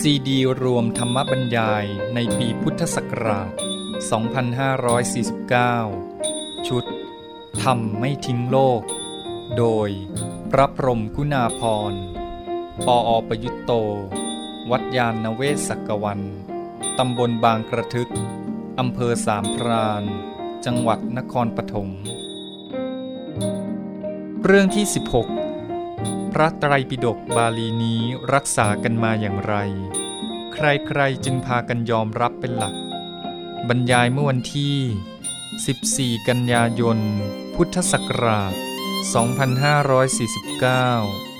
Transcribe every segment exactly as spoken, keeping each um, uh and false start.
ซีดีรวมธรรมบรรยายในปีพุทธศักราช สองพันห้าร้อยสี่สิบเก้า ชุดธรรมไม่ทิ้งโลก โดยพระพรหมกุณาภรณ์ ปอ.ประยุตโต วัดยานนเวศกกวัน ตำบลบางกระทึก อำเภอสามพราน จังหวัดนครปฐม เรื่องที่ สิบหก พระไตรปิฎกบาลีนี้รักษากันมาอย่างไร ใครๆจึงพากันยอมรับเป็นหลัก บรรยายเมื่อวันที่ สิบสี่ กันยายน พุทธศักราช สองพันห้าร้อยสี่สิบเก้า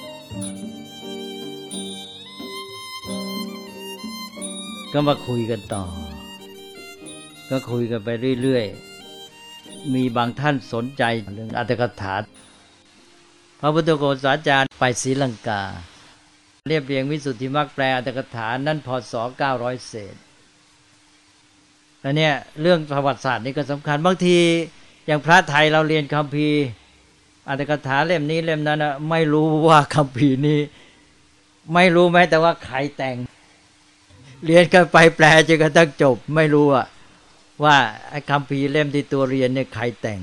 ก็มาคุยกันต่อ ก็คุยกันไปเรื่อยๆ มีบางท่านสนใจเรื่องอรรถกถาพระพุทธโฆษาจารย์ไปศรีลังกาเรียบเรียงวิสุทธิมรรคแปลอรรถกถานั่นพศเก้าร้อยเศษอันเนี้ยเรื่องประวัติศาสตร์นี่ก็สำคัญบางทีอย่างพระไทยเราเรียนคัมภีร์อรรถกถาเล่มนี้เล่มนั้นนะไม่รู้ว่าคัมภีร์นี้ไม่รู้แม้แต่ว่าใครแต่งเรียนกันไปแปลจนกระทั่งจบไม่รู้ว่าว่าไอ้คัมภีร์เล่มที่ตัวเรียนเนี่ยใครแต่ง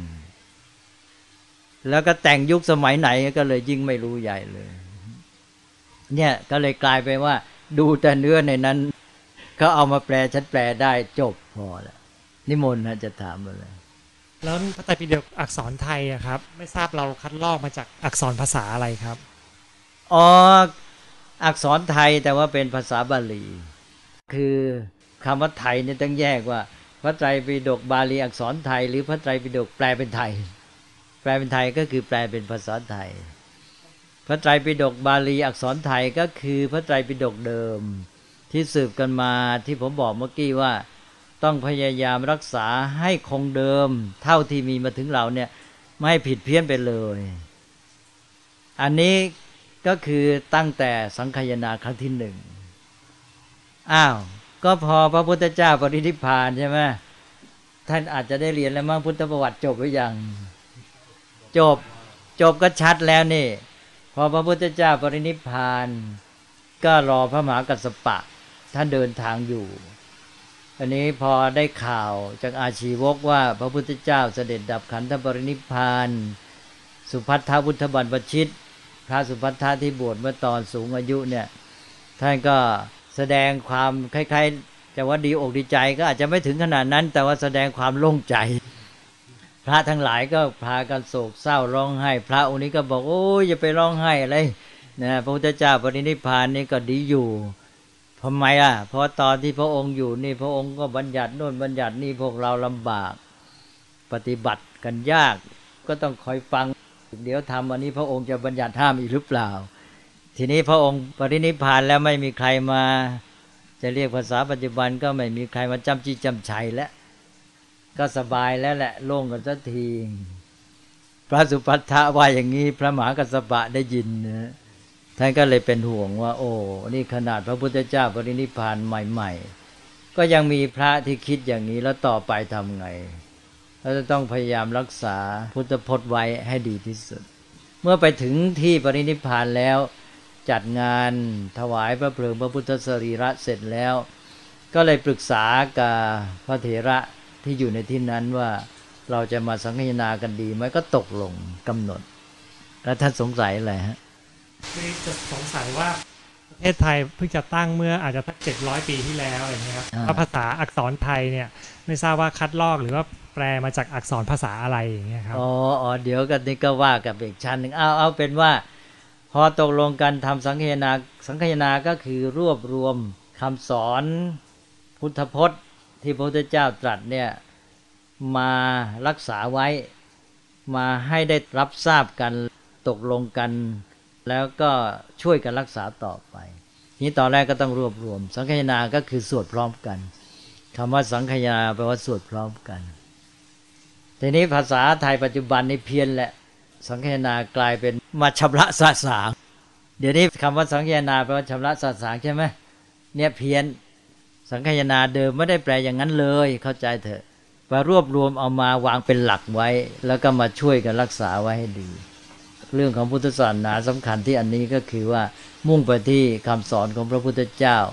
แล้วก็แต่งยุคสมัยไหนก็เลยยิ่งไม่รู้ใหญ่เลยเนี่ยก็เลยกลายไปว่าดูแต่เนื้อในนั้นเขาเอามาแปลฉันแปลได้จบพอแล้วนิมนต์นะจะถามอะไรแล้วพระไตรปิฎกอักษรไทยอะครับไม่ทราบเราคัดลอกมาจากอักษรภาษาอะไรครับอ๋ออักษรไทยแต่ว่าเป็นภาษาบาลีคือคำว่าไทยเนี่ยต้องแยกว่าพระไตรปิฎกบาลีอักษรไทยหรือพระไตรปิฎกแปลเป็นไทยแปลเป็นไทยก็คือแปลเป็นภาษาไทยพระไตรปิฎกบาลีอักษรไทยก็คือพระไตรปิฎกเดิมที่สืบกันมาที่ผมบอกเมื่อกี้ว่าต้องพยายามรักษาให้คงเดิมเท่าที่มีมาถึงเราเนี่ยไม่ให้ผิดเพี้ยนไปเลยอันนี้ก็คือตั้งแต่สังคายนาครั้งที่หนึ่งอ้าวก็พอพระพุทธเจ้าปรินิพพานใช่ไหมท่านอาจจะได้เรียนแล้วมั้งพุทธประวัติจบหรือยังจบจบก็ชัดแล้วนี่พอพระพุทธเจ้าปรินิพพานก็รอพระมหากัสสปะท่านเดินทางอยู่อันนี้พอได้ข่าวจากอาชีวกว่าพระพุทธเจ้าเสด็จดับขันธปรินิพพานสุภัททพุทธบรรพชิตพระสุภัททะที่บวชเมื่อตอนสูงอายุเนี่ยท่านก็แสดงความคล้ายๆจะว่าดีอกดีใจก็อาจจะไม่ถึงขนาดนั้นแต่ว่าแสดงความโล่งใจพระทั้งหลายก็พากันโศกเศร้าร้องไห้พระองค์นี้ก็บอกโอ้ยอย่าไปร้องไห้อะไรนะพระพุทธเจ้าปรินิพพานนี่ก็ดีอยู่ทำไมอ่ะเพราะตอนที่พระองค์อยู่นี่พระองค์ก็บัญญัติโน่นบัญญัตินี่พวกเราลำบากปฏิบัติกันยากก็ต้องคอยฟังเดี๋ยวทำอันนี้พระองค์จะบัญญัติห้ามอีกหรือเปล่าทีนี้พระองค์ปรินิพพานแล้วไม่มีใครมาจะเรียกภาษาปัจจุบันก็ไม่มีใครมาจำจี้จำชัยแล้วก็สบายแล้วแหละโล่งกันสักทีพระสุภัททะว่าอย่างนี้พระมหากัสสปะได้ยินนะท่านก็เลยเป็นห่วงว่าโอ้นี่ขนาดพระพุทธเจ้าปรินิพพานใหม่ๆก็ยังมีพระที่คิดอย่างนี้แล้วต่อไปทำไงเราจะต้องพยายามรักษาพุทธพจน์ไว้ให้ดีที่สุดเมื่อไปถึงที่ปรินิพพานแล้วจัดงานถวายพระเพลิงพระพุทธสรีระเสร็จแล้วก็เลยปรึกษากับพระเถระที่อยู่ในที่นั้นว่าเราจะมาสังคายนากันดีไหมก็ตกลงกำหนดแล้วท่านสงสัยอะไรฮะคือจะสงสัยว่าประเทศไทยเพิ่งจะตั้งเมื่ออาจจะสักเจ็ดร้อยปีที่แล้วอย่างเงี้ยครับว่าภาษาอักษรไทยเนี่ยไม่ทราบว่าคัดลอกหรือว่าแปลมาจากอักษรภาษาอะไรอย่างเงี้ยครับอ๋ออ๋อเดี๋ยวกันนี่ก็ว่ากับอีกชั้นหนึ่งเอาเอาเป็นว่าพอตกลงกันทำสังคายนาสังคายนาก็คือรวบรวมคำสอนพุทธพจน์ที่พระพุทธเจ้าตรัสเนี่ยมารักษาไว้มาให้ได้รับทราบกันตกลงกันแล้วก็ช่วยกันรักษาต่อไปนี้ตอนแรกก็ต้องรวบรวมสังคายนาก็คือสวดพร้อมกันคำว่าสังคายนาแปลว่าสวดพร้อมกันทีนี้ภาษาไทยปัจจุบันนี่เพี้ยนแหละสังคายนากลายเป็นมาชำระสาสางเดี๋ยวนี้คำว่าสังคายนาแปลว่าชำระสาสางใช่ไหมเนี่ยเพี้ยนสังคายนาเดิมไม่ได้แปลอย่างนั้นเลยเข้าใจเถอะมารวบรวมเอามาวางเป็นหลักไว้แล้วก็มาช่วยกันรักษาไว้ให้ดีเรื่องของพุทธศาสนาสำคัญที่อันนี้ก็คือว่ามุ่งไปที่คำสอนของพระพุทธเจ้า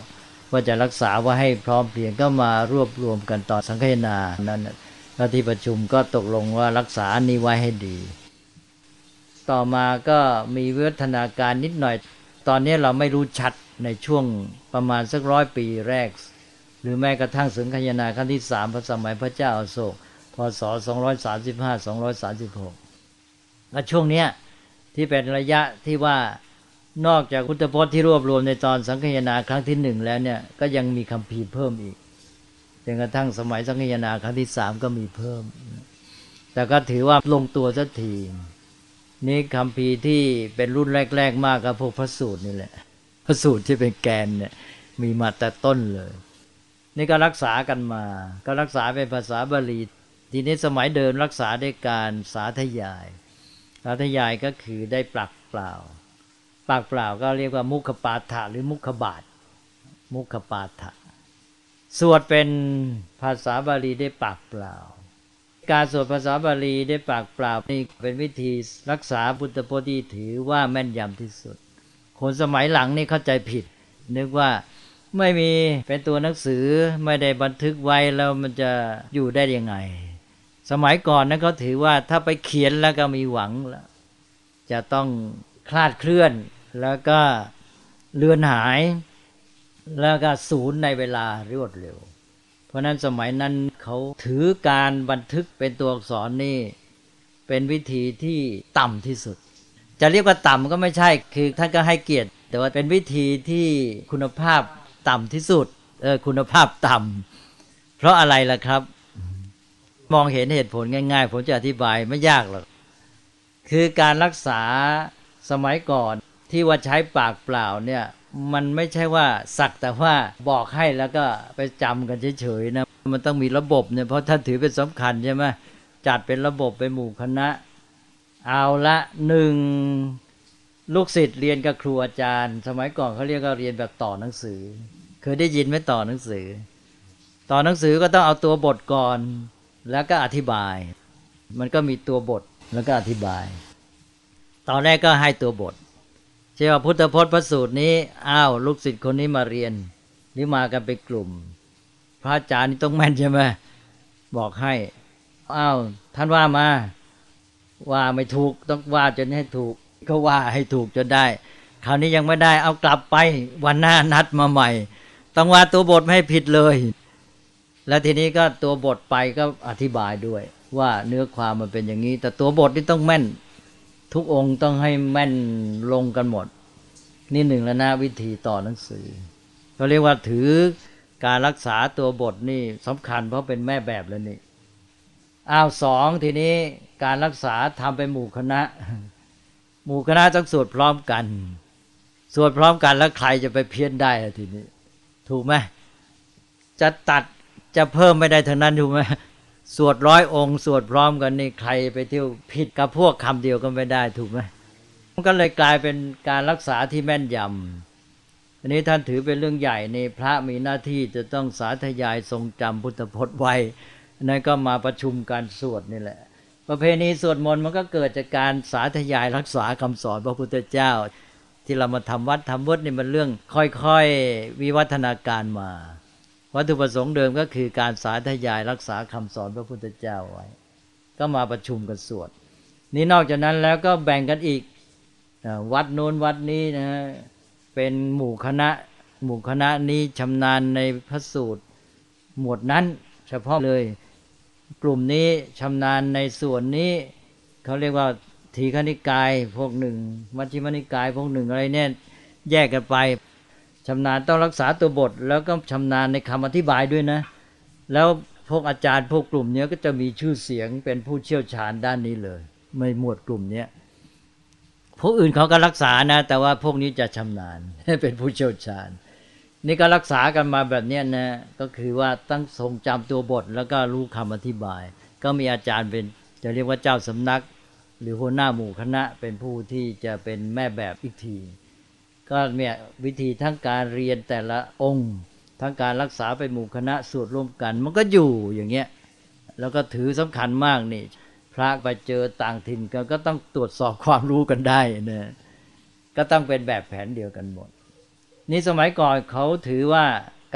ว่าจะรักษาว่าให้พร้อมเพรียงก็มารวบรวมกันต่อสังฆนานั้นแล้วที่ประชุมก็ตกลงว่ารักษานี้ไว้ให้ดีต่อมาก็มีวิวัฒนาการนิดหน่อยตอนนี้เราไม่รู้ชัดในช่วงประมาณสักร้อยปีแรกหรือแม้กระทั่งสังฆนาครั้งที่สามพระสมัยพระเจ้าอโศกพ.ศ. สองร้อยสามสิบห้า สองร้อยสามสิบหกและช่วงเนี้ยที่เป็นระยะที่ว่านอกจากพุทธพจน์ที่รวบรวมในตอนสังฆนาครั้งที่หนึ่งแล้วเนี่ยก็ยังมีคัมภีร์เพิ่มอีกจนกระทั่งสมัยสังฆนาครั้งที่สามก็มีเพิ่มแต่ก็ถือว่าลงตัวสักทีนี่คัมภีร์ที่เป็นรุ่นแรกๆมากก็พวกพระสูตรนี่แหละพระสูตรที่เป็นแกนเนี่ยมีมาแต่ต้นเลยนี่ก็รักษากันมาก็รักษาเป็นภาษาบาลีทีนี้สมัยเดิมรักษาด้วยการสาธยายสาธยายก็คือได้ปลักเปล่าปากเปล่าก็เรียกว่ามุขปาฐะหรือมุขบาทมุขปาฐะสวดเป็นภาษาบาลีได้ปากเปล่าการสวดภาษาบาลีได้ปากเปล่านี่เป็นวิธีรักษาพุทธพจน์ที่ถือว่าแม่นยำที่สุดคนสมัยหลังนี่เข้าใจผิดนึกว่าไม่มีเป็นตัวหนังสือไม่ได้บันทึกไว้แล้วมันจะอยู่ได้ยังไงสมัยก่อนนั้นเขาถือว่าถ้าไปเขียนแล้วก็มีหวังแล้วจะต้องคลาดเคลื่อนแล้วก็เลือนหายแล้วก็สูญในเวลารวดเร็วเพราะนั้นสมัยนั้นเขาถือการบันทึกเป็นตัวอักษรนี่เป็นวิธีที่ต่ำที่สุดจะเรียกว่าต่ำก็ไม่ใช่คือท่านก็ให้เกียรติแต่ว่าเป็นวิธีที่คุณภาพต่ำที่สุดเออคุณภาพต่ำเพราะอะไรล่ะครับมองเห็นเหตุผลง่ายๆผมจะอธิบายไม่ยากหรอกคือการรักษาสมัยก่อนที่ว่าใช้ปากเปล่าเนี่ยมันไม่ใช่ว่าสักแต่ว่าบอกให้แล้วก็ไปจำกันเฉยๆนะมันต้องมีระบบเนี่ยเพราะท่านถือเป็นสำคัญใช่ไหมจัดเป็นระบบเป็นหมู่คณะเอาละหนึ่งลูกศิษย์เรียนกับครูอาจารย์สมัยก่อนเขาเรียกว่าเรียนแบบต่อหนังสือเคยได้ยินไหมต่อหนังสือต่อหนังสือก็ต้องเอาตัวบทก่อนแล้วก็อธิบายมันก็มีตัวบทแล้วก็อธิบายตอนแรกก็ให้ตัวบทเช่นว่าพุทธพจน์พระสูตรนี้อ้าวลูกศิษย์คนนี้มาเรียนหรือมากันเป็นกลุ่มพระอาจารย์นี่ต้องแม่นใช่ไหมบอกให้อ้าวท่านว่ามาว่าไม่ถูกต้องว่าจนให้ถูกก็ว่าให้ถูกจนได้คราวนี้ยังไม่ได้เอากลับไปวันหน้านัดมาใหม่ต้องว่าตัวบทไม่ให้ผิดเลยแล้วทีนี้ก็ตัวบทไปก็อธิบายด้วยว่าเนื้อความมันเป็นอย่างนี้แต่ตัวบทนี่ต้องแม่นทุกองค์ต้องให้แม่นลงกันหมดนี่หนึ่งแล้วนะวิธีต่อหนังสือเขาเรียกว่าถือการรักษาตัวบทนี่สำคัญเพราะเป็นแม่แบบแล้วนี่อ้าวสองทีนี้การรักษาทำเป็นหมู่คณะหมู่คณะต้องสวดพร้อมกันสวดพร้อมกันแล้วใครจะไปเพี้ยนได้ทีนี้ถูกไหมจะตัดจะเพิ่มไม่ได้ทั้งนั้นถูกไหมสวดร้อยองค์สวดพร้อมกันนี่ใครไปเที่ยวผิดกับพวกคำเดียวก็ไม่ได้ถูกไหมมันก็เลยกลายเป็นการรักษาที่แม่นยำอันนี้ท่านถือเป็นเรื่องใหญ่ในพระมีหน้าที่จะต้องสาธยายทรงจำพุทธพจน์ไว้นั่นก็มาประชุมการสวดนี่แหละประเพณีสวดมนต์มันก็เกิดจากการสาธยายรักษาคำสอนพระพุทธเจ้าที่เรามาทำวัดทำวัดนี่มันเรื่องค่อยๆวิวัฒนาการมาวัตถุประสงค์เดิมก็คือการสาธยายรักษาคำสอนพระพุทธเจ้าไว้ก็มาประชุมกันสวดนี่นอกจากนั้นแล้วก็แบ่งกันอีกวัดโน้นวัดนี้นะเป็นหมู่คณะหมู่คณะนี้ชำนาญในพระสูตรหมวดนั้นเฉพาะเลยกลุ่มนี้ชำนาญในส่วนนี้เขาเรียกว่าทีฆนิกายพวกหนึ่งมัชฌิมนิกายพวกหนึ่งอะไรเนี่ยแยกกันไปชำนาญต้องรักษาตัวบทแล้วก็ชำนาญในคำอธิบายด้วยนะแล้วพวกอาจารย์พวกกลุ่มนี้ก็จะมีชื่อเสียงเป็นผู้เชี่ยวชาญด้านนี้เลยไม่หมวดกลุ่มนี้พวกอื่นเขาก็รักษานะแต่ว่าพวกนี้จะชำนาญเป็นผู้เชี่ยวชาญนี่ก็รักษากันมาแบบนี้นะก็คือว่าตั้งทรงจำตัวบทแล้วก็รู้คำอธิบายก็มีอาจารย์เป็นจะเรียกว่าเจ้าสำนักหรือหัวหน้าหมู่คณะเป็นผู้ที่จะเป็นแม่แบบอีกทีก็เนี่ยวิธีทั้งการเรียนแต่ละองค์ทั้งการรักษาไปหมู่คณะสวดร่วมกันมันก็อยู่อย่างเงี้ยแล้วก็ถือสำคัญมากนี่พระไปเจอต่างถิ่นกันก็ต้องตรวจสอบความรู้กันได้นะก็ต้องเป็นแบบแผนเดียวกันหมดนี่สมัยก่อนเขาถือว่า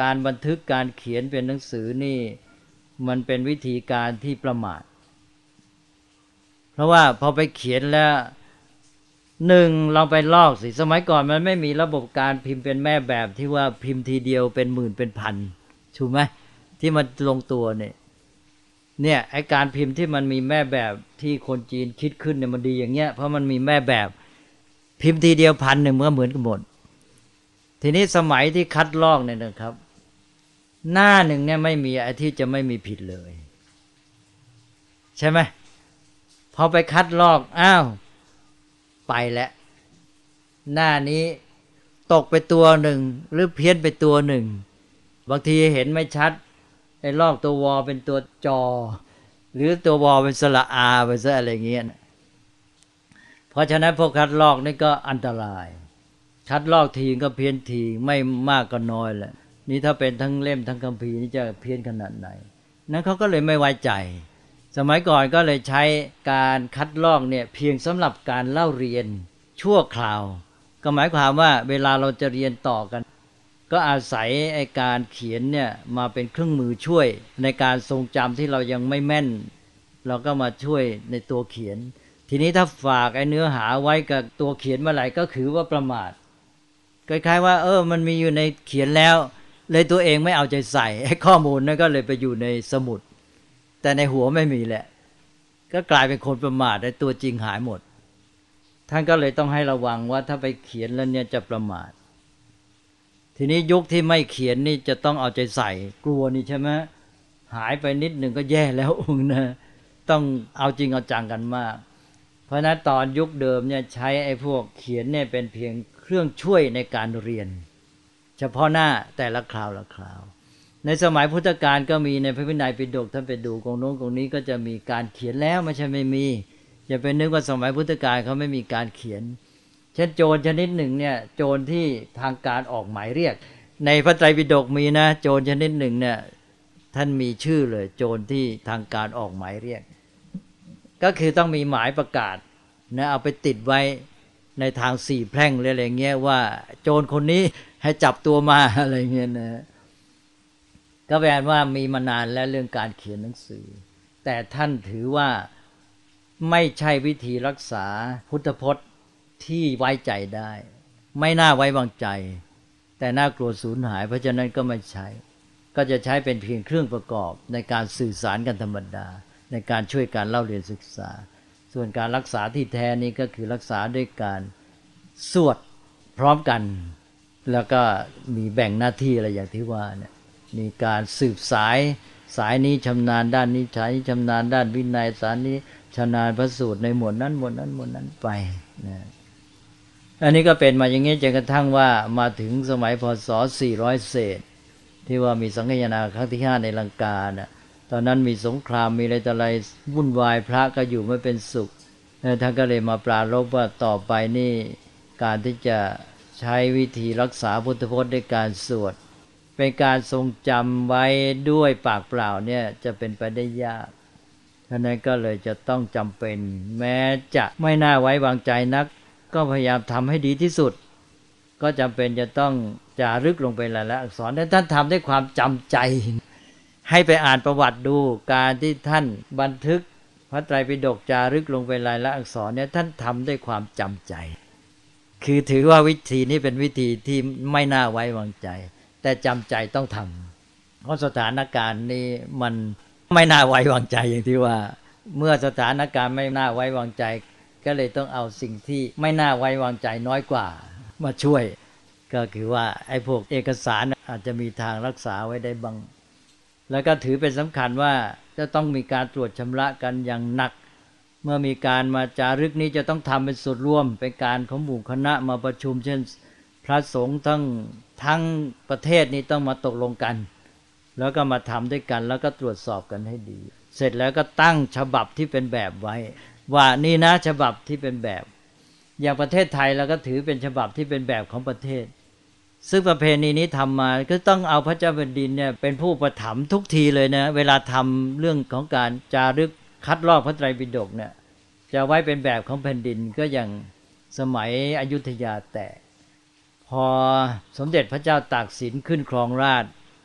การบันทึกการเขียนเป็นหนังสือนี่มันเป็นวิธีการที่ประมาทเพราะว่าพอไปเขียนแล้วหนึ่งเราไปลอกสิสมัยก่อนมันไม่มีระบบการพิมพ์เป็นแม่แบบที่ว่าพิมพ์ทีเดียวเป็นหมื่นเป็นพันถูกไหมที่มันลงตัวเนี่ยเนี่ยไอการพิมพ์ที่มันมีแม่แบบที่คนจีนคิดขึ้นเนี่ยมันดีอย่างเงี้ยเพราะมันมีแม่แบบพิมพ์ทีเดียวพันหนึ่งมันก็เหมือนกันหมดทีนี้สมัยที่คัดลอกเนี่ยนะครับหน้าหนึ่งเนี่ยไม่มีไอ้ที่จะไม่มีผิดเลยใช่ไหมพอไปคัดลอกอ้าวไปแล้วหน้านี้ตกไปตัวหนึ่งหรือเพี้ยนไปตัวหนึ่งบางทีเห็นไม่ชัดไอ้ลอกตัววอเป็นตัวจอหรือตัววอเป็นสระอาไปซะอะไรเงี้ยเพราะฉะนั้นพวกคัดลอกนี่ก็อันตรายคัดลอกทีก็เพี้ยนทีไม่มากก็น้อยแหละนี่ถ้าเป็นทั้งเล่มทั้งคัมภีร์นี่จะเพี้ยนขนาดไหนนั้นเขาก็เลยไม่ไว้ใจสมัยก่อนก็เลยใช้การคัดลอกเนี่ยเพียงสำหรับการเล่าเรียนชั่วคราวก็หมายความว่าเวลาเราจะเรียนต่อกันก็อาศัยไอ้การเขียนเนี่ยมาเป็นเครื่องมือช่วยในการทรงจำที่เรายังไม่แม่นเราก็มาช่วยในตัวเขียนทีนี้ถ้าฝากไอ้เนื้อหาไว้กับตัวเขียนเมื่อไหร่ก็ถือว่าประมาทคล้ายๆว่าเออมันมีอยู่ในเขียนแล้วเลยตัวเองไม่เอาใจใส่ไอ้ข้อมูลนั้นก็เลยไปอยู่ในสมุดแต่ในหัวไม่มีแหละก็กลายเป็นคนประมาทไอ้ตัวจริงหายหมดท่านก็เลยต้องให้ระวังว่าถ้าไปเขียนแล้วเนี่ยจะประมาททีนี้ยุคที่ไม่เขียนนี่จะต้องเอาใจใส่กลัวนี่ใช่ไหมหายไปนิดหนึ่งก็แย่แล้วองค์นะต้องเอาจริงเอาจังกันมากเพราะนั้นตอนยุคเดิมเนี่ยใช้ไอ้พวกเขียนเนี่ยเป็นเพียงเครื่องช่วยในการเรียนเฉพาะหน้าแต่ละคราวละคราวในสมัยพุทธกาลก็มีในพระวินัยปิฎกท่านไปดูกองโน้นกองนี้ก็จะมีการเขียนแล้วไม่ใช่ไม่มีอย่าไปนึกว่าสมัยพุทธกาลเขาไม่มีการเขียนเช่นโจรชนิดหนึ่งเนี่ยโจรที่ทางการออกหมายเรียกในพระไตรปิฎกมีนะโจรชนิดหนึ่งเนี่ยท่านมีชื่อเลยโจรที่ทางการออกหมายเรียกก็คือต้องมีหมายประกาศนะเอาไปติดไว้ในทางสี่แพร่งอะไรเงี้ยว่าโจรคนนี้ให้จับตัวมาอะไรเงี้ยนะก็แปลว่ามีมานานแล้วเรื่องการเขียนหนังสือแต่ท่านถือว่าไม่ใช่วิธีรักษาพุทธพจน์ที่ไว้ใจได้ไม่น่าไว้วางใจแต่น่ากลัวสูญหายเพราะฉะนั้นก็ไม่ใช้ก็จะใช้เป็นเพียงเครื่องประกอบในการสื่อสารกันธรรมดาในการช่วยการเล่าเรียนศึกษาส่วนการรักษาที่แท้นี้ก็คือรักษาด้วยการสวดพร้อมกันแล้วก็มีแบ่งหน้าที่อะไรอย่างที่ว่าเนี่ยมีการสืบสายสายนี้ชำนาญด้านนี้สายนี้ชำนาญด้านวินัยสายนี้ชำนาญพระสูตรในหมวดนั้นหมวดนั้นหมวดนั้นไปนะอันนี้ก็เป็นมาอย่างนี้จนกระทั่งว่ามาถึงสมัยพ.ศ. สี่ร้อยเศษที่ว่ามีสังฆยนาครั้งที่ห้าในลังกานะตอนนั้นมีสงครามมีอะไรต่ออะไรวุ่นวายพระก็อยู่ไม่เป็นสุขท่านก็เลยมาปรารภว่าต่อไปนี่การที่จะใช้วิธีรักษาพุทธพจน์ด้วยการสวดเป็นการทรงจำไว้ด้วยปากเปล่าเนี่ยจะเป็นไปได้ยากฉะนั้นก็เลยจะต้องจำเป็นแม้จะไม่น่าไว้วางใจนักก็พยายามทำให้ดีที่สุดก็จำเป็นจะต้องจารึกลงไปหลายๆอักษรแต่ท่านทำด้วยความจำใจให้ไปอ่านประวัติดูการที่ท่านบันทึกพระไตรปิฎกจารึกลงไปหลายๆอักษรเนี่ยท่านทำด้วยความจำใจคือถือว่าวิธีนี้เป็นวิธีที่ไม่น่าไว้วางใจแต่จำใจต้องทำเพราะสถานการณ์นี้มันไม่น่าไว้วางใจอย่างที่ว่าเมื่อสถานการณ์ไม่น่าไว้วางใจก็เลยต้องเอาสิ่งที่ไม่น่าไว้วางใจน้อยกว่ามาช่วยก็คือว่าไอ้พวกเอกสารอาจจะมีทางรักษาไว้ได้บ้างแล้วก็ถือเป็นสำคัญว่าจะต้องมีการตรวจชำระกันอย่างหนักเมื่อมีการมาจารึกนี้จะต้องทำเป็นส่วนร่วมเป็นการของหมู่คณะมาประชุมเช่นพระสงฆ์ทั้งทั้งประเทศนี้ต้องมาตกลงกันแล้วก็มาทำด้วยกันแล้วก็ตรวจสอบกันให้ดีเสร็จแล้วก็ตั้งฉบับที่เป็นแบบไว้ว่านี่นะฉบับที่เป็นแบบอย่างประเทศไทยเราก็ถือเป็นฉบับที่เป็นแบบของประเทศซึ่งประเพณีนี้ทำมาก็ต้องเอาพระเจ้าแผ่นดินเนี่ยเป็นผู้ประถมทุกทีเลยนะเวลาทำเรื่องของการจารึกคัดลอกพระไตรปิฎกเนี่ยจะไว้เป็นแบบของแผ่นดินก็อย่างสมัยอยุธยาแตกพอสมเด็จพระเจ้าตากสินขึ้นครองราชย์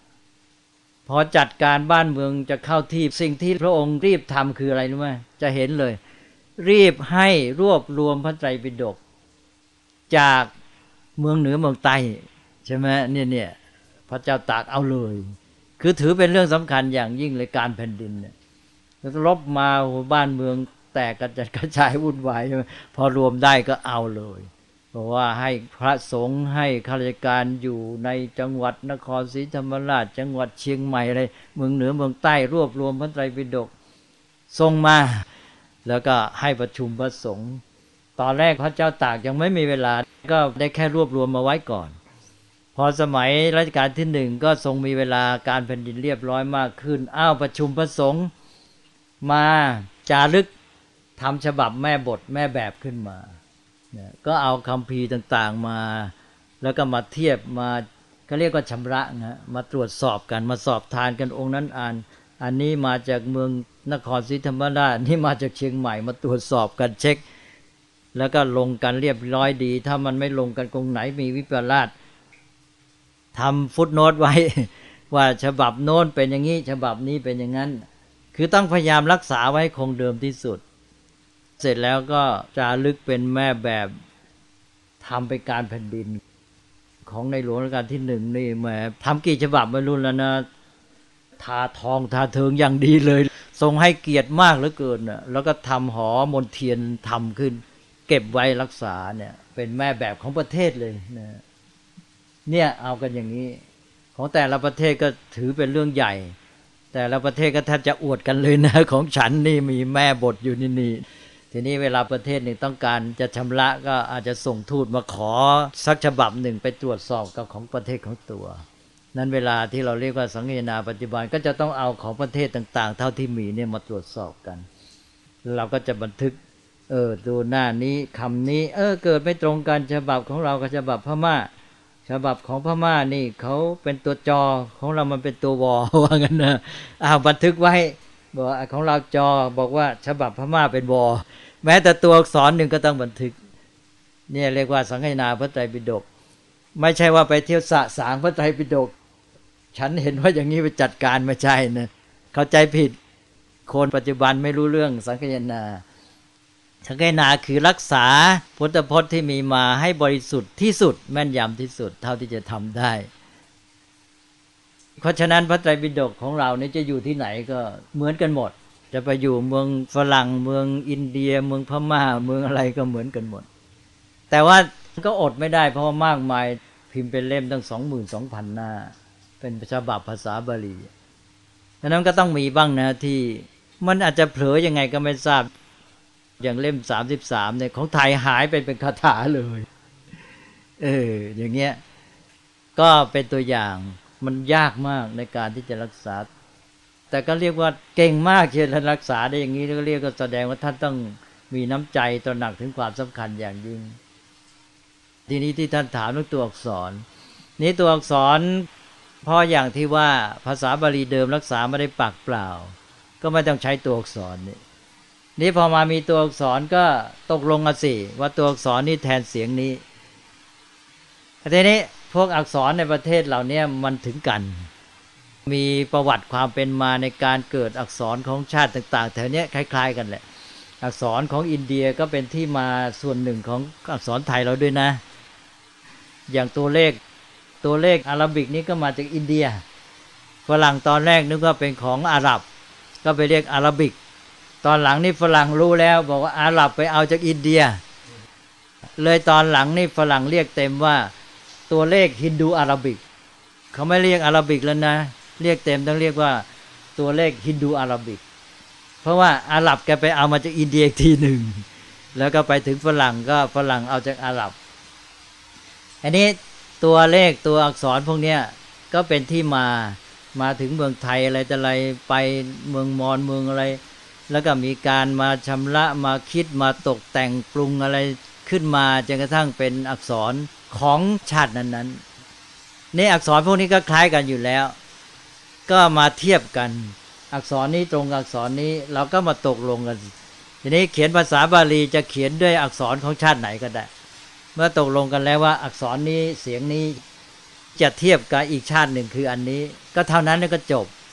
พอจัดการบ้านเมืองจะเข้าที่สิ่งที่พระองค์รีบทำคืออะไรรู้ไหมจะเห็นเลยรีบให้รวบรวมพระไตรปิฎกจากเมืองเหนือเมืองใต้ใช่ไหมเนี่ยเนี่ยพระเจ้าตากเอาเลยคือถือเป็นเรื่องสำคัญอย่างยิ่งเลยการแผ่นดินเนี่ยรบมาบ้านเมืองแตกกระจัดกระจายวุ่นวายใช่ไหมพอรวมได้ก็เอาเลยเพราะว่าให้พระสงฆ์ให้ข้าราชการอยู่ในจังหวัดนครศรีธรรมราชจังหวัดเชียงใหม่อะไรเมืองเหนือเมืองใต้รวบรวมพระไตรปิฎกส่งมาแล้วก็ให้ประชุมพระสงฆ์ตอนแรกพระเจ้าตากยังไม่มีเวลาก็ได้แค่รวบรวมมาไว้ก่อนพอสมัยรัชกาลที่หนึ่งก็ทรงมีเวลาการแผ่นดินเรียบร้อยมากขึ้นอ้าวประชุมพระสงฆ์มาจารึกทำฉบับแม่บทแม่แบบขึ้นมาก็เอาคัมภีร์ต่างๆมาแล้วก็มาเทียบมาก็เรียกว่าชำระนะมาตรวจสอบกันมาสอบทานกันองค์นั้นอ่านอันนี้มาจากเมืองนครศรีธรรมราชนี่มาจากเชียงใหม่มาตรวจสอบกันเช็คแล้วก็ลงกันเรียบร้อยดีถ้ามันไม่ลงกันตรงไหนมีวิปลาสทำฟุตโนตไว้ว่าฉบับโน้นเป็นอย่างนี้ฉบับนี้เป็นอย่างนั้นคือต้องพยายามรักษาไว้คงเดิมที่สุดเสร็จแล้วก็จารึกเป็นแม่แบบทำเป็นการแผ่นดินของในหลวงรัชกาลที่หนึ่งนี่แหมทำกี่ฉบับไม่รู้แล้วนะทาทองทาเทิงอย่างดีเลยทรงให้เกียรติมากเหลือเกินน่ะแล้วก็ทำหอมนเทียนทำขึ้นเก็บไว้รักษาเนี่ยเป็นแม่แบบของประเทศเลยนะเนี่ยเอากันอย่างนี้ของแต่ละประเทศก็ถือเป็นเรื่องใหญ่แต่ละประเทศก็แทบจะอวดกันเลยนะของฉันนี่มีแม่บทอยู่นี่นี่ทีนี้เวลาประเทศหนึ่งต้องการจะชำระก็อาจจะส่งทูตมาขอสักฉบับหนึ่งไปตรวจสอบกับของประเทศของตัวนั้นเวลาที่เราเรียกว่าสังคายนาปัจจุบันก็จะต้องเอาของประเทศต่างๆเท่าที่มีเนี่ยมาตรวจสอบกันเราก็จะบันทึกเออดูหน้านี้คำนี้เออเกิดไม่ตรงกันฉบับของเรากับฉบับพม่าฉบับของพม่านี่เขาเป็นตัวจอของเรามันเป็นตัววอว่างั้นนะอ้าวบันทึกไว้บอกของเราจอบอกว่าฉบับพม่าเป็นวอแม้แต่ตัวอักษรหนึ่งก็ต้องบันทึกเนี่ยเรียกว่าสังคายนาพระไตรปิฎกไม่ใช่ว่าไปเที่ยวสะสางพระไตรปิฎกฉันเห็นว่าอย่างนี้ไปจัดการไม่ใช่นะเข้าใจผิดคนปัจจุบันไม่รู้เรื่องสังคายนาสังคายนาคือรักษาพุทธพจน์ที่มีมาให้บริสุทธิ์ที่สุดแม่นยำที่สุดเท่าที่จะทำได้เพราะฉะนั้นพระไตรปิฎกของเราเนี่ยจะอยู่ที่ไหนก็เหมือนกันหมดจะไปอยู่เมืองฝรั่งเมืองอินเดียเมืองพม่าเมืองอะไรก็เหมือนกันหมดแต่ว่าก็อดไม่ได้เพราะว่ามากมายพิมพ์เป็นเล่มตั้ง สองหมื่นสองพัน หน้าเป็นฉบับภาษาบาลีฉะนั้นก็ต้องมีบ้างนะที่มันอาจจะเผลอยังไงก็ไม่ทราบอย่างเล่มสามสิบสามเนี่ยของไทยหายไปเป็นคาถาเลยเอออย่างเงี้ยก็เป็นตัวอย่างมันยากมากในการที่จะรักษาแต่ก็เรียกว่าเก่งมากเช่นรักษาได้อย่างนี้ก็เรียกก็แสดงว่าท่านต้องมีน้ำใจตระหนักถึงความสำคัญอย่างยิ่งทีนี้ที่ท่านถามเรื่องตัวอักษรนี้ตัวอักษรเพราะอย่างที่ว่าภาษาบาลีเดิมรักษาไม่ได้ปากเปล่าก็ไม่ต้องใช้ตัวอักษรนี่นี่พอมามีตัวอักษรก็ตกลงกันสิว่าตัวอักษรนี้แทนเสียงนี้ทีนี้พวกอักษรในประเทศเหล่านี้มันถึงกันมีประวัติความเป็นมาในการเกิดอักษรของชาติต่างๆแถวนี้คล้ายๆกันแหละอักษรของอินเดียก็เป็นที่มาส่วนหนึ่งของอักษรไทยเราด้วยนะอย่างตัวเลขตัวเลขอาราบิกนี้ก็มาจากอินเดียฝรั่งตอนแรกนึกว่าเป็นของอาหรับก็ไปเรียกอาราบิกตอนหลังนี่ฝรั่งรู้แล้วบอกว่าอาหรับไปเอาจากอินเดียเลยตอนหลังนี่ฝรั่งเรียกเต็มว่าตัวเลขฮินดูอาราบิกเขาไม่เรียกอาราบิกแล้วนะเรียกเต็มต้องเรียกว่าตัวเลขฮินดูอาราบิกเพราะว่าอาหรับแกไปเอามาจากอินเดียอีกทีหนึ่งแล้วก็ไปถึงฝรั่งก็ฝรั่งเอาจากอาหรับอันนี้ตัวเลขตัวอักษรพวกเนี้ยก็เป็นที่มามาถึงเมืองไทยอะไรแต่อะไรไปเมืองมอญเมืองอะไรแล้วก็มีการมาชำระมาคิดมาตกแต่งปรุงอะไรขึ้นมาจนกระทั่งเป็นอักษรของชาตินั้นๆนี่อักษรพวกนี้ก็คล้ายกันอยู่แล้วก็มาเทียบกันอักษรนี้ตรงอักษรนี้เราก็มาตกลงกันทีนี้เขียนภาษาบาลีจะเขียนด้วยอักษรของชาติไหนก็ได้เมื่อตกลงกันแล้วว่าอักษรนี้เสียงนี้จะเทียบกับอีกชาติหนึ่งคืออันนี้ก็เท่านั้นก็จบ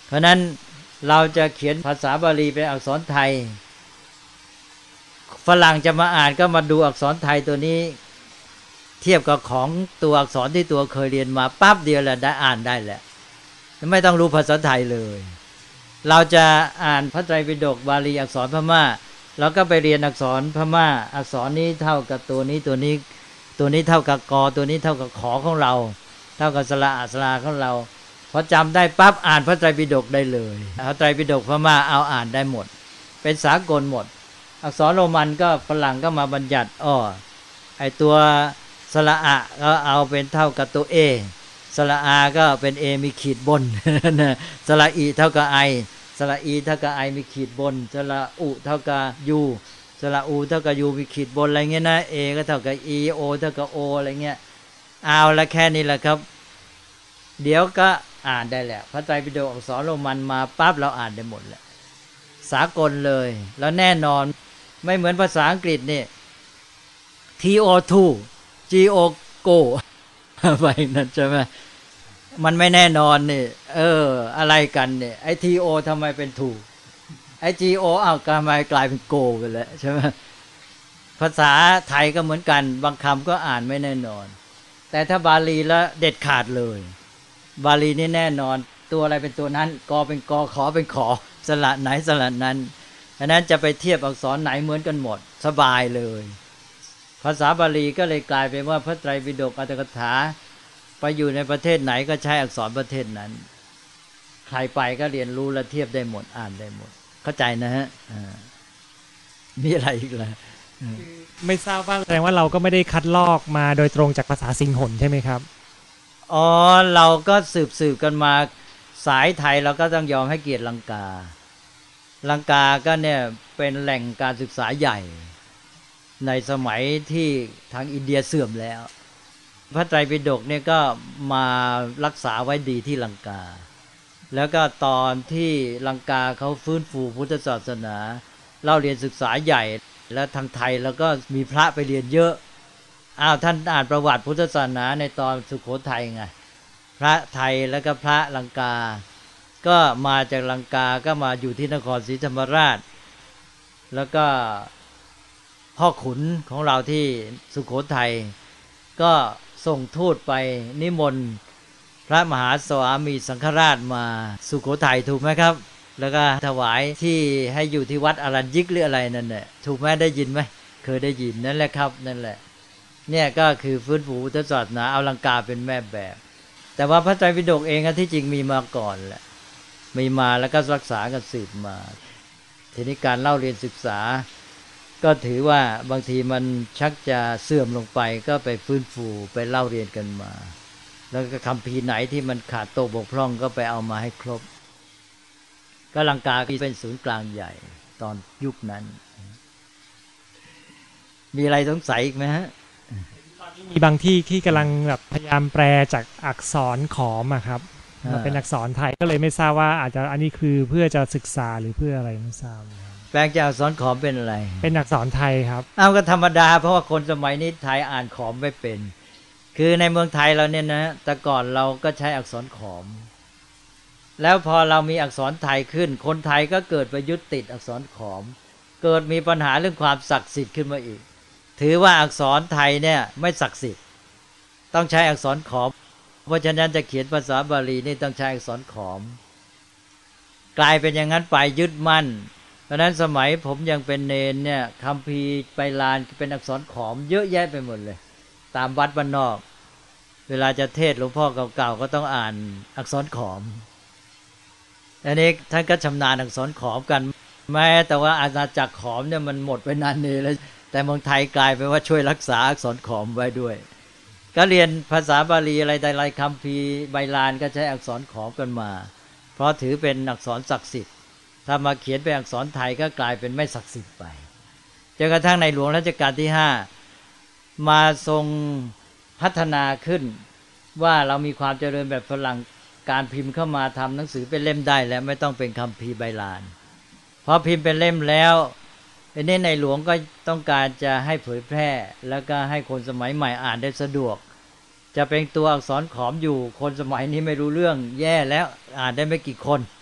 เพราะนั้นเราจะเขียนภาษาบาลีเป็นอักษรไทยฝรั่งจะมาอ่านก็มาดูอักษรไทยตัวนี้เทียบกับของตัวอักษรที่ตัวเคยเรียนมาปั๊บเดียวแหละได้อ่านได้แหละไม่ต้องรู้ภาษาไทยเลยเราจะอ่านพระไตรปิฎกบาลีอักษรพม่าเราก็ไปเรียนอักษรพม่าอักษรนี้เท่ากับตัวนี้ตัวนี้ตัวนี้เท่ากับกอตัวนี้เท่ากับขอของเราเท่ากับสระอัสราของเราพอจำได้ปั๊บอ่านพระไตรปิฎกได้เลยพระไตรปิฎกพม่าเอาอ่านได้หมดเป็นสากลหมดอักษรโรมันก็ฝรั่งก็มาบัญญัติอ้อไอตัวสระอะก็เอาเป็นเท่ากับตัวเอสระอาก็เป็นเอมีขีดบนสระอีเท่ากับไอสระอีเท่ากับไอมีขีดบนสระอุเท่ากับยูสระอูเท่ากับยูมีขีดบนอะไรเงี้ยนะเอก็เท่ากับอีโอเท่ากับโออะไรเงี้ยเอาละแค่นี้แหละครับเดี๋ยวก็อ่านได้แหละพระไตรปิฎกอักษรโรมันมาปั๊บเราอ่านได้หมดแหละสากลเลยแล้วแน่นอนไม่เหมือนภาษาอังกฤษนี่ ที โอ ทู จี โอ go ไปนั่นใช่ไหมมันไม่แน่นอนนี่เอออะไรกันเนี่ยไอ้ ที โอ ทำไมเป็นถูกไอ้ จี โอ อ้าวทำไมกลายเป็นโกไปแล้วใช่ไหมภาษาไทยก็เหมือนกันบางคำก็อ่านไม่แน่นอนแต่ถ้าบาลีแล้วเด็ดขาดเลยบาลีนี่แน่นอนตัวอะไรเป็นตัวนั้นกอเป็นกอขอเป็นขอสระไหนสระนั้นฉะนั้นจะไปเทียบอักษรไหนเหมือนกันหมดสบายเลยภาษาบาลีก็เลยกลายเป็นว่าพระไตรปิฎกอรรถกถาไปอยู่ในประเทศไหนก็ใช้อักษรประเทศนั้นใครไปก็เรียนรู้และเทียบได้หมดอ่านได้หมดเข้าใจนะฮะมีอะไรอีกล่ะไม่ทราบว่าแสดงว่าเราก็ไม่ได้คัดลอกมาโดยตรงจากภาษาสิงหนใช่ไหมครับอ๋อเราก็สืบสืบกันมาสายไทยเราก็ต้องยอมให้เกียรติลังกาลังกาก็เนี่ยเป็นแหล่งการศึกษาใหญ่ในสมัยที่ทางอินเดียเสื่อมแล้วพระไตรปิฎกเนี่ยก็มารักษาไว้ดีที่ลังกาแล้วก็ตอนที่ลังกาเขาฟื้นฟูพุทธศาสนาเล่าเรียนศึกษาใหญ่แล้วทางไทยแล้วก็มีพระไปเรียนเยอะอ้าวท่านอ่านประวัติพุทธศาสนาในตอนสุโขทัยไงพระไทยแล้วก็พระลังกาก็มาจากลังกาก็มาอยู่ที่นครศรีธรรมราชแล้วก็พ่อขุนของเราที่สุโขทัยก็ส่งทูตไปนิมนต์พระมหาสวามีสังฆราชมาสุโขทัยถูกไหมครับแล้วก็ถวายที่ให้อยู่ที่วัดอรัญญิกหรืออะไรนั่นแหละถูกไหมได้ยินไหมเคยได้ยินนั่นแหละครับนั่นแหละเนี่ยก็คือฟื้นฟูพุทธศาสนาเอาลังกาเป็นแม่แบบแต่ว่าพระไตรปิฎกเองที่จริงมีมาก่อนแหละมีมาแล้วก็รักษากันสืบมาทีนี้การเล่าเรียนศึกษาก็ถือว่าบางทีมันชักจะเสื่อมลงไปก็ไปฟื้นฟูไปเล่าเรียนกันมาแล้วก็คัมภีร์ไหนที่มันขาดตกบกพร่องก็ไปเอามาให้ครบก็ลังกาเป็นศูนย์กลางใหญ่ตอนยุคนั้นมีอะไรสงสัยอีกไหมฮะตอนนี้มีบางที่ที่กำลังแบบพยายามแปลจากอักษรขอมอะครับมาเป็นอักษรไทยก็เลยไม่ทราบว่าอาจจะอันนี้คือเพื่อจะศึกษาหรือเพื่ออะไรไม่ทราบแปลจากอักษรขอมเป็นอะไรเป็นอักษรไทยครับอ้าวก็ธรรมดาเพราะว่าคนสมัยนี้ไทยอ่านขอมไม่เป็นคือในเมืองไทยเราเนี่ยนะแต่ก่อนเราก็ใช้อักษรขอมแล้วพอเรามีอักษรไทยขึ้นคนไทยก็เกิดไปยึดติดอักษรขอมเกิดมีปัญหาเรื่องความศักดิ์สิทธิ์ขึ้นมาอีกถือว่าอักษรไทยเนี่ยไม่ศักดิ์สิทธิ์ต้องใช้อักษรขอมเพราะฉะนั้นจะเขียนภาษาบาลีนี่ต้องใช้อักษรขอมกลายเป็นอย่างนั้นไปยึดมั่นเพราะนั้นสมัยผมยังเป็นเนนเนี่ยคัมภีร์ไปลานเป็นอักษรขอมเยอะแยะไปหมดเลยตามวัดบ้านนอกเวลาจะเทศหลวงพ่อเก่าๆก็ต้องอ่านอักษรขอมอันนี้ท่านก็ชำนาญอักษรขอมกันแม้แต่ว่าอาณาจักรขอมเนี่ยมันหมดไปนานนี้แล้วแต่เมืองไทยกลายไปว่าช่วยรักษาอักษรขอมไว้ด้วยก็เรียนภาษาบาลีอะไรใดๆคัมภีร์ใบลานก็ใช้อักษรขอมกันมาเพราะถือเป็นอักษรศักดิ์สิทธิ์ถ้ามาเขียนเป็นอักษรไทยก็กลายเป็นไม่ศักดิ์สิทธิ์ไปจนกระทั่งในหลวงรัชกาลที่ห้ามาทรงพัฒนาขึ้นว่าเรามีความเจริญแบบฝรั่งการพิมพ์เข้ามาทำหนังสือเป็นเล่มได้แล้วไม่ต้องเป็นคัมภีร์ใบลานพอพิมพ์เป็นเล่มแล้วอันนี้ในหลวงก็ต้องการจะให้เผยแพร่แล้วก็ให้คนสมัยใหม่อ่านได้สะดวกจะเป็นตัวอักษรขอมอยู่คนสมัยนี้ไม่รู้เรื่องแย่แล้วอ่านได้ไม่กี่คน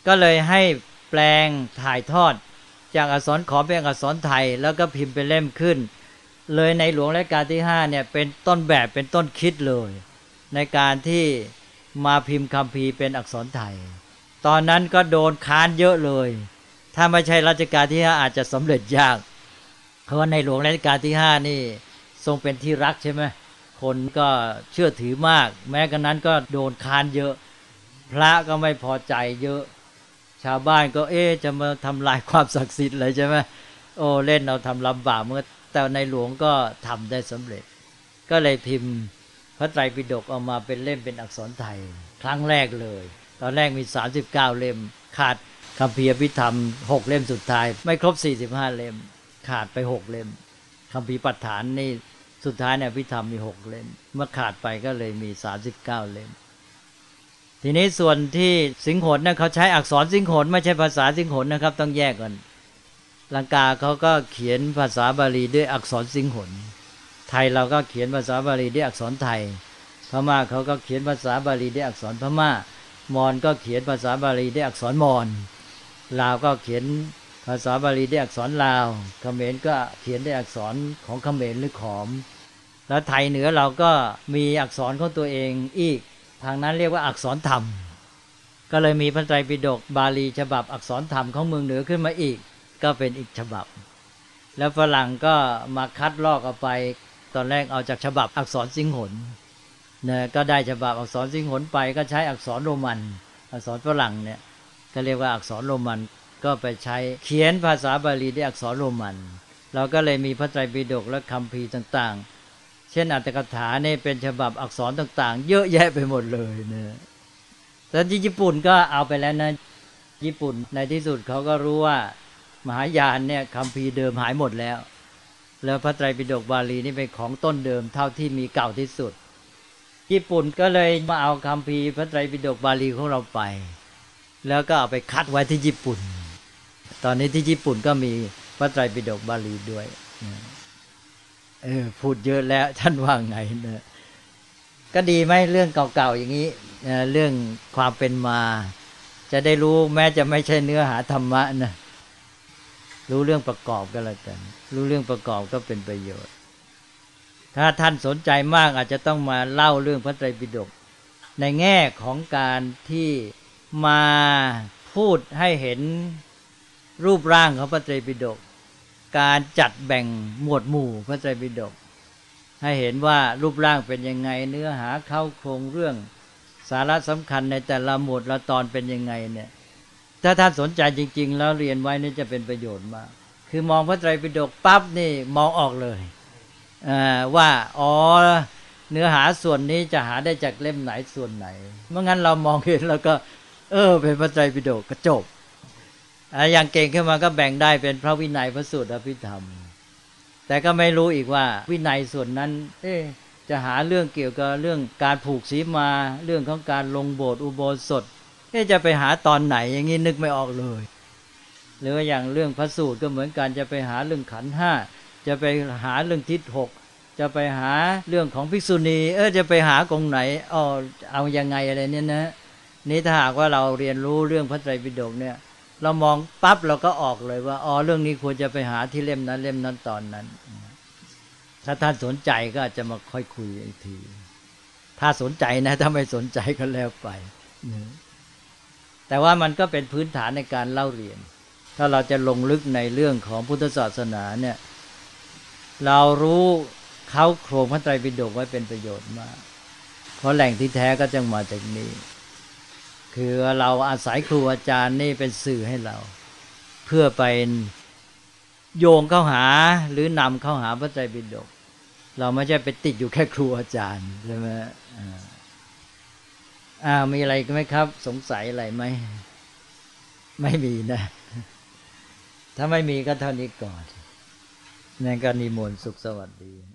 ก็เลยให้แปลงถ่ายทอดจากอักษรขอมเป็นอักษรไทยแล้วก็พิมพ์เป็นเล่มขึ้นเลยในหลวงรัชกาลที่ห้าเนี่ยเป็นต้นแบบเป็นต้นคิดเลยในการที่มาพิมพ์คัมภีร์เป็นอักษรไทยตอนนั้นก็โดนค้านเยอะเลยถ้าไม่ใช่รัชกาลที่ห้าอาจจะสำเร็จยากเพราะว่าในหลวงรัชกาลที่ห้านี่ทรงเป็นที่รักใช่ไหมคนก็เชื่อถือมากแม้กระนั้นก็โดนค้านเยอะพระก็ไม่พอใจเยอะชาวบ้านก็เอ๊ะจะมาทำลายความศักดิ์สิทธิ์เลยใช่ไหมโอ้เล่นเอาทำลำบากเมื่อแต่ในหลวงก็ทำได้สำเร็จก็เลยพิมพ์พระไตรปิฎกออกมาเป็นเล่มเป็นอักษรไทยครั้งแรกเลยตอนแรกมีสามสิบเก้าเล่มขาดคัมภีร์อภิธรรมหกเล่มสุดท้ายไม่ครบสี่สิบห้าเล่มขาดไปหกเล่มคัมภีร์ปัฏฐานนี่สุดท้ายเนี่ยอภิธรรมมีหกเล่มเมื่อขาดไปก็เลยมีสามสิบเก้าเล่มทีนี้ส่วนที่สิงหนเนี่ยเขาใช้อักษรสิงหนไม่ใช่ภาษาสิงหนนะครับต้องแยกกันลังกาเขาก็เขียนภาษาบาลีด้วยอักษรสิงหนไทยเราก็เขียนภาษาบาลีด้วยอักษรไทยพม่าเขาก็เขียนภาษาบาลีด้วยอักษรพม่ามอญก็เขียนภาษาบาลีด้วยอักษรมอญลาวก็เขียนภาษาบาลีด้วยอักษรลาวเขมรก็เขียนด้วยอักษรของเขมรหรือขอมแล้วไทยเหนือเราก็มีอักษรของตัวเองอีกทางนั้นเรียกว่าอักษรธรรมก็เลยมีพระไตรปิฎกบาลีฉบับอักษรธรรมของเมืองเหนือขึ้นมาอีกก็เป็นอีกฉบับแล้วฝรั่งก็มาคัดลอกเอาไปตอนแรกเอาจากฉบับอักษรสิงหนเนี่ยก็ได้ฉบับอักษรสิงหนไปก็ใช้อักษรโรมันอักษรฝรั่งเนี่ยก็เรียกว่าอักษรโรมันก็ไปใช้เขียนภาษาบาลีด้วยอักษรโรมันเราก็เลยมีพระไตรปิฎกและคัมภีร์ต่างๆเช่นอรรถกถาเนี่ยเป็นฉบับอักษรต่างๆเยอะแยะไปหมดเลยเนี่ยแต่ที่ญี่ปุ่นก็เอาไปแล้วนะญี่ปุ่นในที่สุดเขาก็รู้ว่ามหายานเนี่ยคัมภีร์เดิมหายหมดแล้วแล้วพระไตรปิฎกบาลีนี่เป็นของต้นเดิมเท่าที่มีเก่าที่สุดญี่ปุ่นก็เลยมาเอาคัมภีร์พระไตรปิฎกบาลีของเราไปแล้วก็เอาไปคัดไว้ที่ญี่ปุ่นตอนนี้ที่ญี่ปุ่นก็มีพระไตรปิฎกบาลีด้วยเออพูดเยอะแล้วท่านว่าไงเนี่ยก็ดีไหมเรื่องเก่าๆอย่างนี้เรื่องความเป็นมาจะได้รู้แม้จะไม่ใช่เนื้อหาธรรมะนะรู้เรื่องประกอบก็แล้วกันรู้เรื่องประกอบก็เป็นประโยชน์ถ้าท่านสนใจมากอาจจะต้องมาเล่าเรื่องพระไตรปิฎกในแง่ของการที่มาพูดให้เห็นรูปร่างของพระไตรปิฎกการจัดแบ่งหมวดหมู่พระไตรปิฎกให้เห็นว่ารูปร่างเป็นยังไงเนื้อหาเข้าโครงเรื่องสาระสำคัญในแต่ละหมวดละตอนเป็นยังไงเนี่ยถ้าท่านสนใจจริงๆแล้วเรียนไว้นี่จะเป็นประโยชน์มากคือมองพระไตรปิฎกปั๊บนี่มองออกเลยว่าอ๋อเนื้อหาส่วนนี้จะหาได้จากเล่มไหนส่วนไหนเมื่องั้นเรามองเห็นแล้วก็เออเป็นพระไตรปิฎกก็จบอย่างเก่งขึ้นมาก็แบ่งได้เป็นพระวินัยพระสูตรอภิธรรมแต่ก็ไม่รู้อีกว่าวินัยส่วนนั้นเอ๊ะจะหาเรื่องเกี่ยวกับเรื่องการผูกศีมาเรื่องของการลงโบสถ์อุโบสถจะไปหาตอนไหนอย่างนี้นึกไม่ออกเลยหรือว่าอย่างเรื่องพระสูตรก็เหมือนกันจะไปหาเรื่องขันธ์ห้าจะไปหาเรื่องทิศหกจะไปหาเรื่องของภิกษุณีเออจะไปหากองไหนอ๋อเอายังไงอะไรเนี่ยนะนี่ถ้าหากว่าเราเรียนรู้เรื่องพระไตรปิฎกเนี่ยเรามองปั๊บเราก็ออกเลยว่าอ๋อเรื่องนี้ควรจะไปหาที่เล่มนั้นเล่มนั้นตอนนั้นถ้าท่านสนใจก็อาจจะมาค่อยคุยอีกทีถ้าสนใจนะถ้าไม่สนใจก็แล้วไปแต่ว่ามันก็เป็นพื้นฐานในการเล่าเรียนถ้าเราจะลงลึกในเรื่องของพุทธศาสนาเนี่ยเรารู้เขาโครงพระไตรปิฎกไว้เป็นประโยชน์มากเพราะแหล่งที่แท้ก็จะมาจากนี้คือเราอาศัยครูอาจารย์นี่เป็นสื่อให้เราเพื่อไปโยงเข้าหาหรือนำเข้าหาพระไตรปิฎกเราไม่ใช่ไปติดอยู่แค่ครูอาจารย์ใช่ไหมอ่ามีอะไรไหมครับสงสัยอะไรไหมไม่มีนะถ้าไม่มีก็เท่านี้ก่อนนั่นก็นิมนต์สุขสวัสดี